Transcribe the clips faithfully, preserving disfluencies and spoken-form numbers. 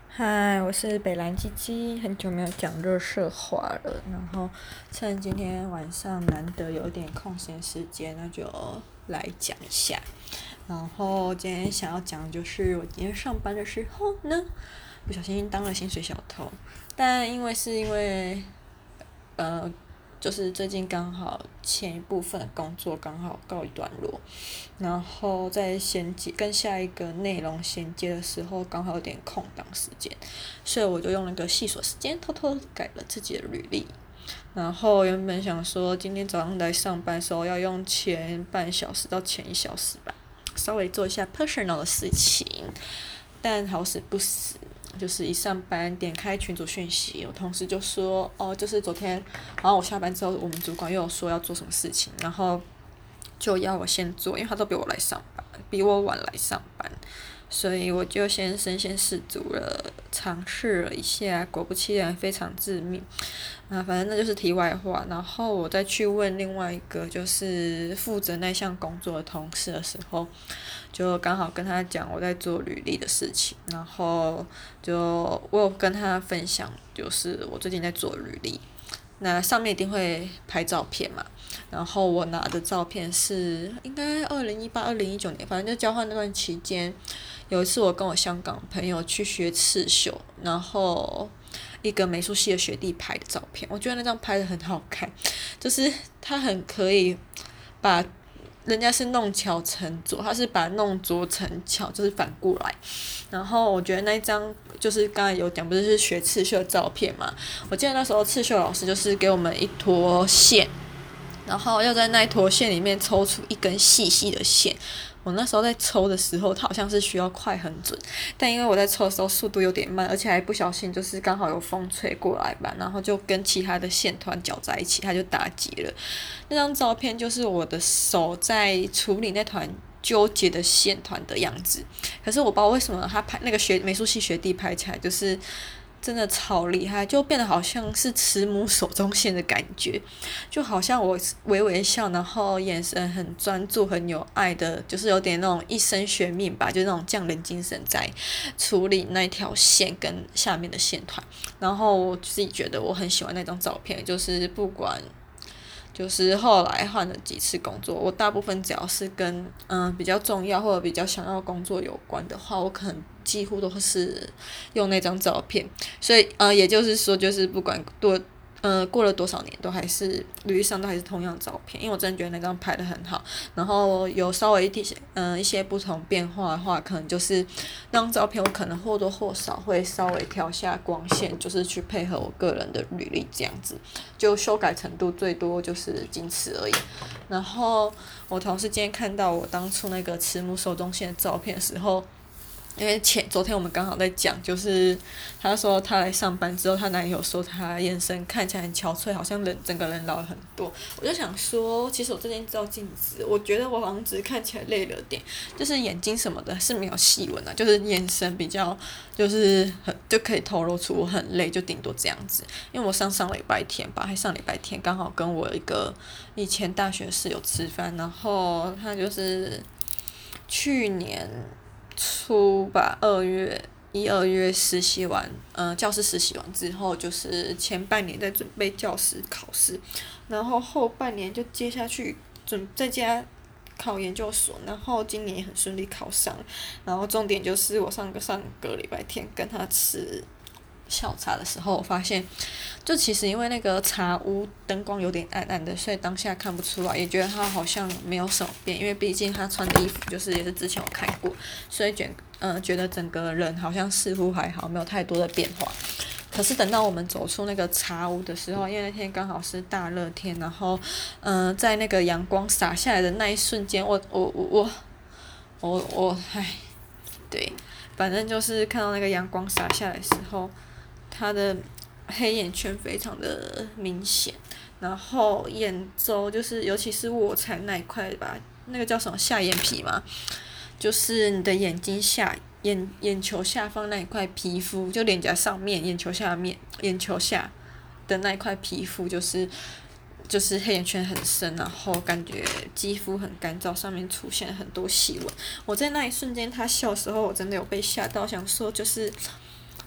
嗨，我是北兰鸡鸡，很久没有讲热色话了。然后趁今天晚上难得有点空闲时间，那就来讲一下。然后今天想要讲的就是我今天上班的时候呢，不小心当了薪水小偷，但因为是因为呃就是最近刚好前一部分工作刚好告一段落，然后在衔接跟下一个内容衔接的时候，刚好有点空档时间，所以我就用那个细琐时间偷偷改了自己的履历。然后原本想说今天早上来上班的时候要用前半小时到前一小时吧，稍微做一下 personal 的事情，但好死不死，就是一上班点开群组讯息，我同事就说，哦，就是昨天，然后我下班之后，我们主管又有说要做什么事情，然后就要我先做，因为他都比我来上班，比我晚来上班，所以我就先身先士卒了，尝试了一下，果不其然非常致命。啊，反正那就是题外话。然后我再去问另外一个就是负责那项工作的同事的时候，就刚好跟他讲我在做履历的事情，然后就我有跟他分享，就是我最近在做履历，那上面一定会拍照片嘛，然后我拿的照片是应该二零一八、二零一九年，反正就交换那段期间，有一次我跟我香港朋友去学刺绣，然后一个美术系的学弟拍的照片，我觉得那张拍的很好看，就是他很可以把人家是弄巧成拙，他是把弄拙成巧，就是反过来。然后我觉得那一张就是刚才有讲，不是是学刺绣的照片嘛？我记得那时候刺绣老师就是给我们一坨线，然后要在那一坨线里面抽出一根细细的线。我那时候在抽的时候，它好像是需要快很准，但因为我在抽的时候速度有点慢，而且还不小心就是刚好有风吹过来吧，然后就跟其他的线团搅在一起，它就打结了。那张照片就是我的手在处理那团纠结的线团的样子，可是我不知道为什么他拍那个学美术系学弟拍起来就是真的超厉害，就变得好像是慈母手中线的感觉，就好像我微微笑，然后眼神很专注、很有爱的，就是有点那种一生悬命吧，就那种匠人精神在处理那条线跟下面的线团。然后我自己觉得我很喜欢那张照片，就是不管就是后来换了几次工作，我大部分只要是跟嗯比较重要或者比较想要工作有关的话，我可能几乎都是用那张照片。所以呃也就是说，就是不管多呃过了多少年，都还是履历上都还是同样的照片，因为我真的觉得那张拍的很好。然后有稍微一些嗯、呃、一些不同变化的话，可能就是那张照片我可能或多或少会稍微调下光线，就是去配合我个人的履历这样子。就修改程度最多就是仅此而已。然后我同事今天看到我当初那个慈母手中线的照片的时候，因为前昨天我们刚好在讲，就是她说她来上班之后，她男友说她眼神看起来很憔悴，好像人整个人老了很多。我就想说，其实我最近照镜子，我觉得我好像只是看起来累了点，就是眼睛什么的是没有细纹的，就是眼神比较就是很就可以透露出我很累，就顶多这样子。因为我上上礼拜天吧，还上礼拜天刚好跟我一个以前大学室友吃饭，然后他就是去年初吧，二月一二月实习完，嗯、呃，教师实习完之后，就是前半年在准备教师考试，然后后半年就接下去准在家考研究所，然后今年也很顺利考上，然后重点就是我上个上个礼拜天跟他吃下午茶的时候，我发现，就其实因为那个茶屋灯光有点暗暗的，所以当下看不出来，也觉得他好像没有什么变，因为毕竟他穿的衣服就是也是之前有看过，所以觉嗯觉得整个人好像似乎还好，没有太多的变化。可是等到我们走出那个茶屋的时候，因为那天刚好是大热天，然后嗯、呃在那个阳光洒下来的那一瞬间，我我我我我我唉，对，反正就是看到那个阳光洒下来的时候。他的黑眼圈非常的明显，然后眼周就是尤其是卧蚕那一块吧，那个叫什么下眼皮嘛，就是你的眼睛下眼眼球下方那一块皮肤，就脸颊上面、眼球下面、眼球下的那一块皮肤，就是就是黑眼圈很深，然后感觉肌肤很干燥，上面出现很多细纹。我在那一瞬间他笑的时候，我真的有被吓到，想说就是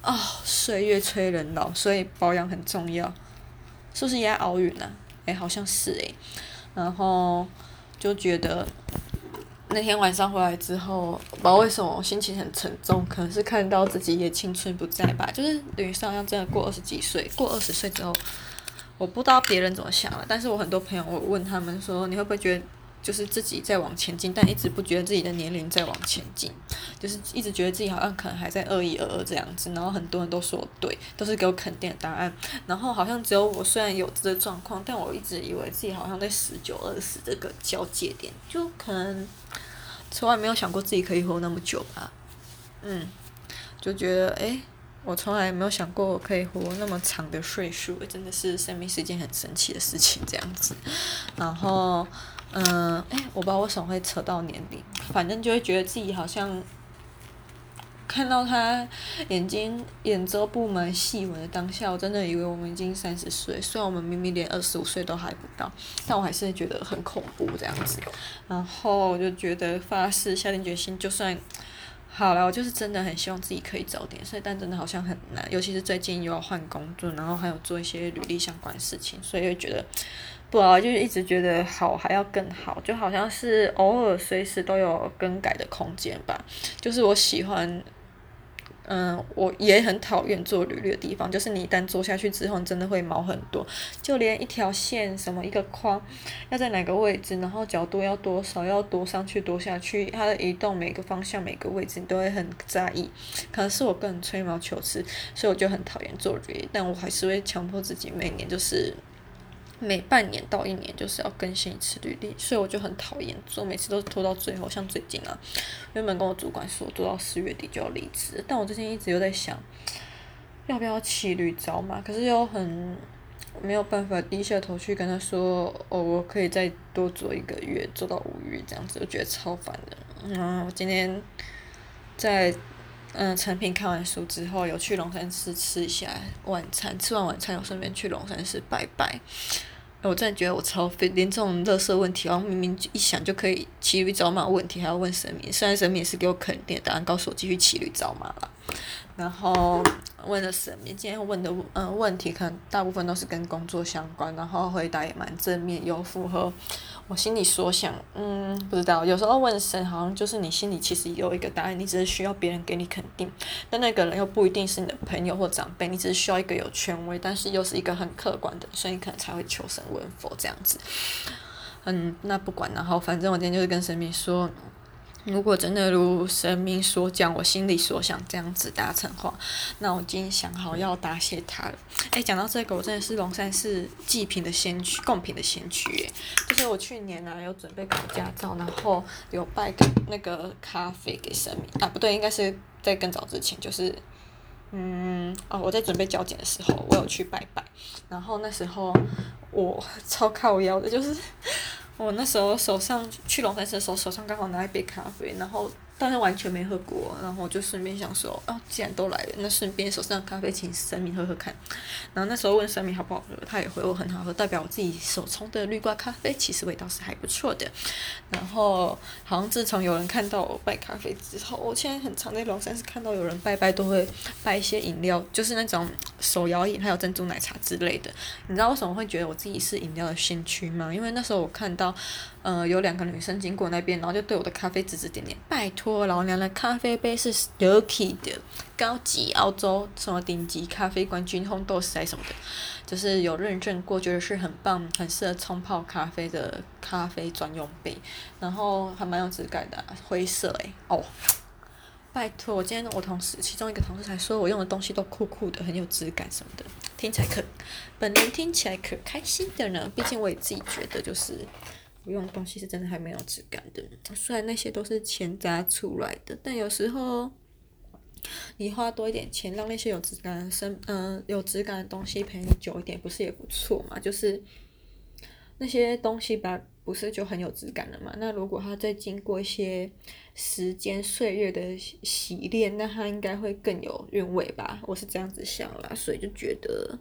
啊、哦，岁月催人老，所以保养很重要。是不是也在奥运啊？哎，好像是哎。然后就觉得那天晚上回来之后，不知道为什么心情很沉重，可能是看到自己也青春不在吧。就是女生要真的过二十几岁，过二十岁之后，我不知道别人怎么想了，但是我很多朋友，我问他们说，你会不会觉得就是自己在往前进，但一直不觉得自己的年龄在往前进，就是一直觉得自己好像可能还在二一二二这样子，然后很多人都说对，都是给我肯定的答案，然后好像只有我虽然有这个状况，但我一直以为自己好像在十九二十这个交界点，就可能从来没有想过自己可以活那么久吧，嗯，就觉得诶。我从来没有想过我可以活那么长的岁数，真的是生命是一件很神奇的事情，这样子。然后，嗯，哎，我不知道为什么会扯到年龄，反正就会觉得自己好像看到他眼睛眼周布满细纹的当下，我真的以为我们已经三十岁，虽然我们明明连二十五岁都还不到，但我还是觉得很恐怖这样子。然后我就觉得发誓下定决心，就算。好了，我就是真的很希望自己可以早点睡，但真的好像很难，尤其是最近又要换工作，然后还有做一些履历相关的事情，所以会觉得不好，就是一直觉得好还要更好，就好像是偶尔随时都有更改的空间吧。就是我喜欢，嗯，我也很讨厌做履历的地方，就是你一旦做下去之后，你真的会毛很多，就连一条线什么一个框要在哪个位置，然后角度要多少，要多上去多下去，它的移动每个方向每个位置你都会很在意。可能是我个人吹毛求疵，所以我就很讨厌做履历，但我还是会强迫自己每年就是每半年到一年就是要更新一次履历，所以我就很讨厌做，每次都拖到最后。像最近啊，原本跟我主管说做到四月底就要离职，但我最近一直有在想，要不要骑驴找马，可是又很没有办法低下头去跟他说，哦，我可以再多做一个月，做到五月这样子，我觉得超烦的。嗯，我今天在嗯成品看完书之后，有去龙山寺吃一下晚餐，吃完晚餐有顺便去龙山寺拜拜。我真的觉得我超废，连这种垃圾问题，然后明明一想就可以骑驴找马问题，还要问神明。虽然神明也是给我肯定的答案，告诉我继续骑驴找马了。然后问了神明，今天问的嗯问题，可能大部分都是跟工作相关，然后回答也蛮正面，有符合我心里所想。嗯，不知道，有时候问神，好像就是你心里其实有一个答案，你只是需要别人给你肯定，但那个人又不一定是你的朋友或长辈，你只是需要一个有权威，但是又是一个很客观的，所以你可能才会求神问佛这样子。嗯，那不管，然后反正我今天就是跟神明说。如果真的如神明所讲，我心里所想这样子达成话，那我已经想好要答谢他了。诶，讲到这个，我真的是龙山寺祭品的先驱，贡品的先驱耶。就是我去年呢、啊、有准备考驾照，然后有拜个那个咖啡给神明啊，不对，应该是在更早之前，就是嗯哦，我在准备交检的时候，我有去拜拜，然后那时候我超靠腰的，就是。我那时候手上去龙山寺的时候，手上刚好拿一杯咖啡，然后但是完全没喝过，然后我就顺便想说，哦，既然都来了，那顺便手上的咖啡请神明喝喝看。然后那时候问神明好不好喝，他也回我很好喝，代表我自己手冲的绿挂咖啡其实味道是还不错的。然后好像自从有人看到我拜咖啡之后，我现在很常在龙山寺看到有人拜拜都会拜一些饮料，就是那种手摇饮，还有珍珠奶茶之类的。你知道为什么会觉得我自己是饮料的先驱吗？因为那时候我看到。呃，有两个女生经过那边，然后就对我的咖啡指指点点。拜托，老娘的咖啡杯是 Sturkey 的高级澳洲什么顶级咖啡冠军烘豆师还什么的，就是有认证过，觉得是很棒、很适合冲泡咖啡的咖啡专用杯，然后还蛮有质感的、啊，灰色诶、欸、哦。拜托，我今天我同事其中一个同事才说我用的东西都酷酷的，很有质感什么的，听起来可本人听起来可开心的呢。毕竟我也自己觉得，就是我用的东西是真的还蛮有质感的。虽然那些都是钱砸出来的，但有时候你花多一点钱，让那些有质感的生嗯、呃、有质感的东西陪你久一点，不是也不错嘛？就是那些东西吧，不是就很有质感了嘛？那如果它再经过一些时间岁月的洗练，那它应该会更有韵味吧？我是这样子想啦，所以就觉得，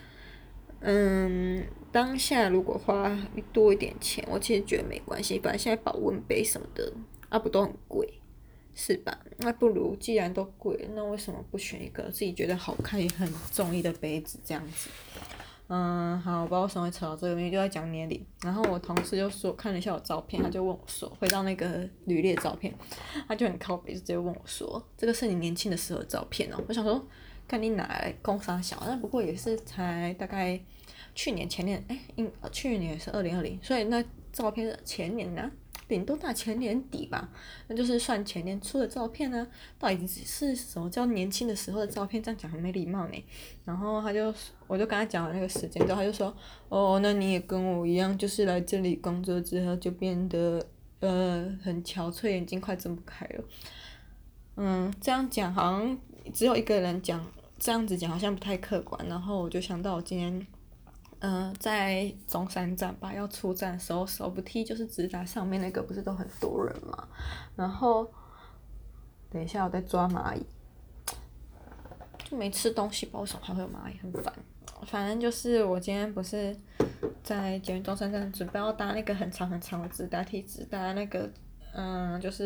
嗯，当下如果花多一点钱，我其实觉得没关系，反正现在保温杯什么的啊不都很贵， 是吧？那不如既然都贵了，那为什么不选一个自己觉得好看也很中意的杯子这样子？嗯，好，我不知道为什么会扯到这个，明明就在讲年龄。然后我同事就说看了一下我照片，他就问我说，回到那个履历的照片，他就很靠北，就直接问我说，这个是你年轻的时候的照片哦。我想说，看你拿来工商小，那不过也是才大概去年前年，哎，应去年是二零二零，所以那照片是前年呢、啊。顶多大前年底吧，那就是算前年出的照片呢、啊。到底是什么叫年轻的时候的照片？这样讲很没礼貌呢。然后他就，我就跟他讲了那个时间之后，他就说，哦，那你也跟我一样，就是来这里工作之后就变得呃很憔悴，眼睛快睁不开了。嗯，这样讲好像只有一个人讲，这样子讲好像不太客观。然后我就想到我今天。嗯、呃，在中山站吧，要出站的时候，手扶梯就是直达上面那个，不是都很多人嘛？然后，等一下我在抓蚂蚁，就没吃东西，不知道为什么还会有蚂蚁，很烦。反正就是我今天不是在捷运中山站准备要搭那个很长很长的直达梯，直达那个嗯，就是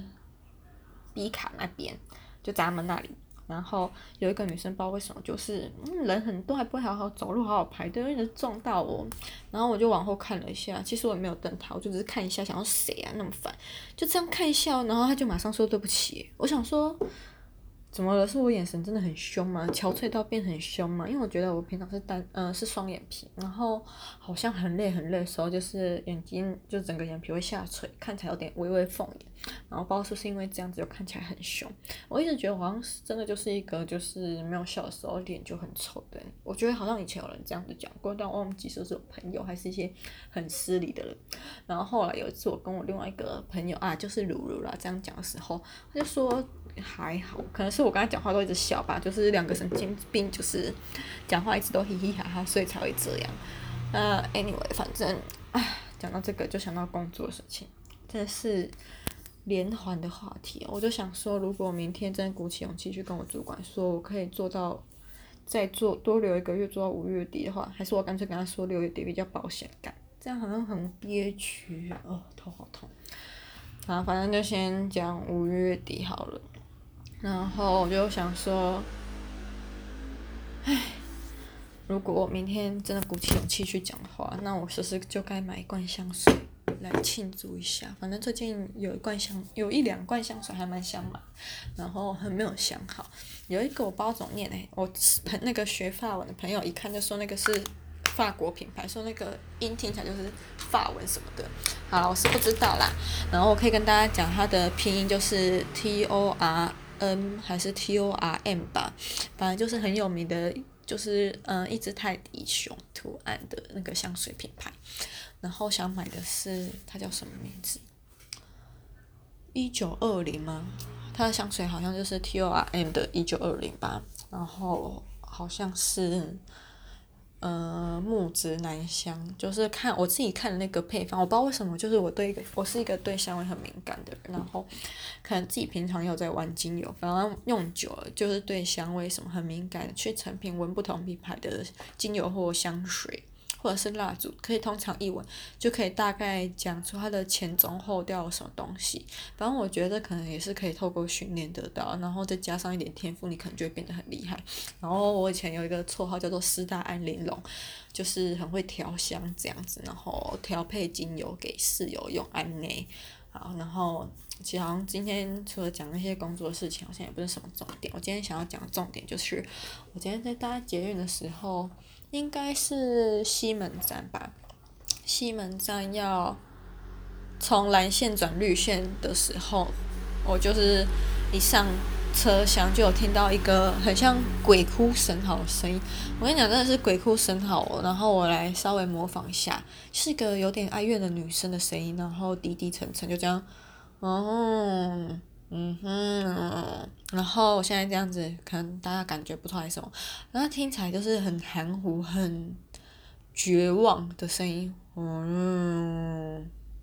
B 卡那边，就闸门那里。然后有一个女生不知道为什么就是嗯人很多还不会好好走路好好排队，一直撞到我，然后我就往后看了一下，其实我也没有瞪她，我就只是看一下，想要谁啊那么烦，就这样看一下，然后她就马上说对不起，我想说。怎么了？是我眼神真的很凶吗？憔悴到变很凶吗？因为我觉得我平常是单，嗯、呃，是双眼皮，然后好像很累很累的时候，就是眼睛就整个眼皮会下垂，看起来有点微微凤眼，然后不知道是不是因为这样子就看起来很凶。我一直觉得我好像是真的就是一个就是没有笑的时候脸就很丑的人，我觉得好像以前有人这样子讲过，但我忘记是不是有朋友还是一些很失礼的人。然后后来有一次我跟我另外一个朋友啊，就是如如啦这样讲的时候，他就说。还好，可能是我跟他讲话都一直笑吧，就是两个神经病，就是讲话一直都嘻嘻哈哈，所以才会这样。呃，anyway，反正，唉，讲到这个就想到工作的事情，真的是连环的话题。我就想说，如果明天真的鼓起勇气去跟我主管说，我可以做到再做多留一个月，做到五月底的话，还是我干脆跟他说六月底比较保险感，这样好像很憋屈哦，头好痛。啊，反正就先讲五月底好了。然后我就想说，唉，如果我明天真的鼓起勇气去讲的话，那我是不是就该买一罐香水来庆祝一下？反正最近有一罐香，有一两罐香水还蛮想买，然后还没有想好。有一个我不知道怎么念诶，我那个学法文的朋友一看就说那个是法国品牌，说那个音听起来就是法文什么的。好了，我是不知道啦。然后我可以跟大家讲它的拼音就是 T O R N 还是 T O R M 吧，反正就是很有名的，就是嗯、呃、一只泰迪熊图案的那个香水品牌。然后想买的是它叫什么名字？一九二零吗？它的香水好像就是 T O R M 的一九二零吧。然后好像是。呃，木质男香，就是看我自己看的那个配方，我不知道为什么，就是我对一个我是一个对香味很敏感的人，然后可能自己平常有在玩精油，然后用久了就是对香味什么很敏感，去成品闻不同品牌的精油或香水。或者是蜡烛，可以通常一闻就可以大概讲出它的前中后调有什么东西。反正我觉得可能也是可以透过训练得到，然后再加上一点天赋，你可能就会变得很厉害。然后我以前有一个绰号叫做四大安玲珑，就是很会调香这样子，然后调配精油给室友用安内。好，然后其实好像今天除了讲那些工作的事情，好像也不是什么重点。我今天想要讲的重点就是，我今天在搭捷运的时候。应该是西门站吧，西门站要从蓝线转绿线的时候，我就是一上车厢就有听到一个很像鬼哭神嚎的声音。我跟你讲，真的是鬼哭神嚎哦。然后我来稍微模仿一下，是一个有点哀怨的女生的声音，然后低低沉沉，就这样，哦。嗯哼，然后我现在这样子，可能大家感觉不出来什么，然后听起来就是很含糊、很绝望的声音，嗯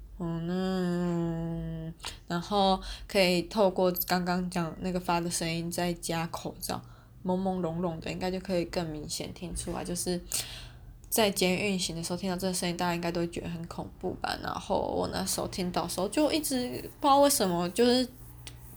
嗯，然后可以透过刚刚讲那个发的声音，再加口罩，朦朦胧胧的，应该就可以更明显听出来，就是在捷运运行的时候听到这个声音，大家应该都会觉得很恐怖吧。然后我那时候听到的时候，就一直不知道为什么，就是。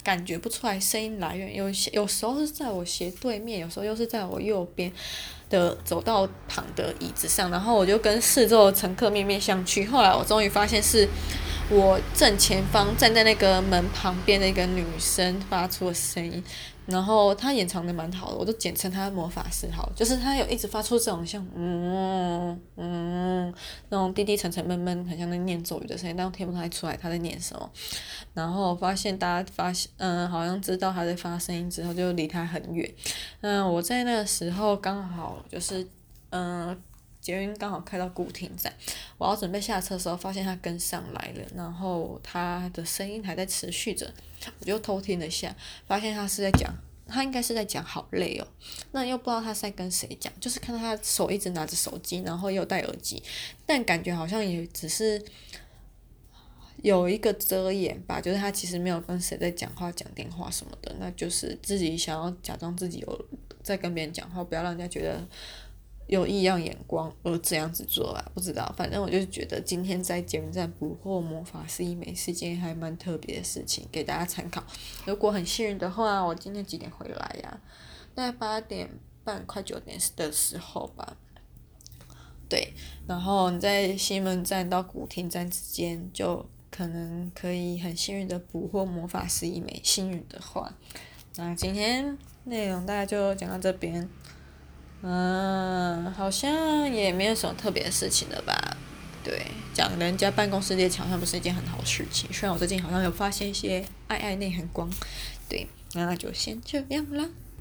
感觉不出来声音来源，有些有时候是在我斜对面，有时候又是在我右边的走道旁的椅子上，然后我就跟四周的乘客面面相觑。后来我终于发现是我正前方站在那个门旁边的一个女生发出的声音，然后她演唱的蛮好的，我都简称她魔法师好了，就是她有一直发出这种像嗯嗯那种低低沉沉闷闷很像在念咒语的声音，但我听不太出来她在念什么。然后我发现大家发现嗯好像知道她在发声音之后就离她很远。嗯，我在那个时候刚好就是嗯。捷运刚好开到古亭站，我要准备下车的时候，发现他跟上来了，然后他的声音还在持续着，我就偷听了一下，发现他是在讲，他应该是在讲好累哦，那又不知道他是在跟谁讲，就是看到他手一直拿着手机，然后又戴耳机，但感觉好像也只是有一个遮掩吧，就是他其实没有跟谁在讲话、讲电话什么的，那就是自己想要假装自己有在跟别人讲话，不要让人家觉得有异样眼光而这样子做吧，不知道，反正我就觉得今天在捷运站捕获魔法师一枚是件还蛮特别的事情，给大家参考。如果很幸运的话，我今天几点回来呀？大概八点半快九点的时候吧。对，然后你在西门站到古亭站之间，就可能可以很幸运的捕获魔法师一枚，幸运的话。那今天内容大概就讲到这边。嗯，好像也没有什么特别的事情了吧？对，讲人家办公室猎好像不是一件很好的事情。虽然我最近好像有发现一些爱爱内涵光，对，那就先这样啦。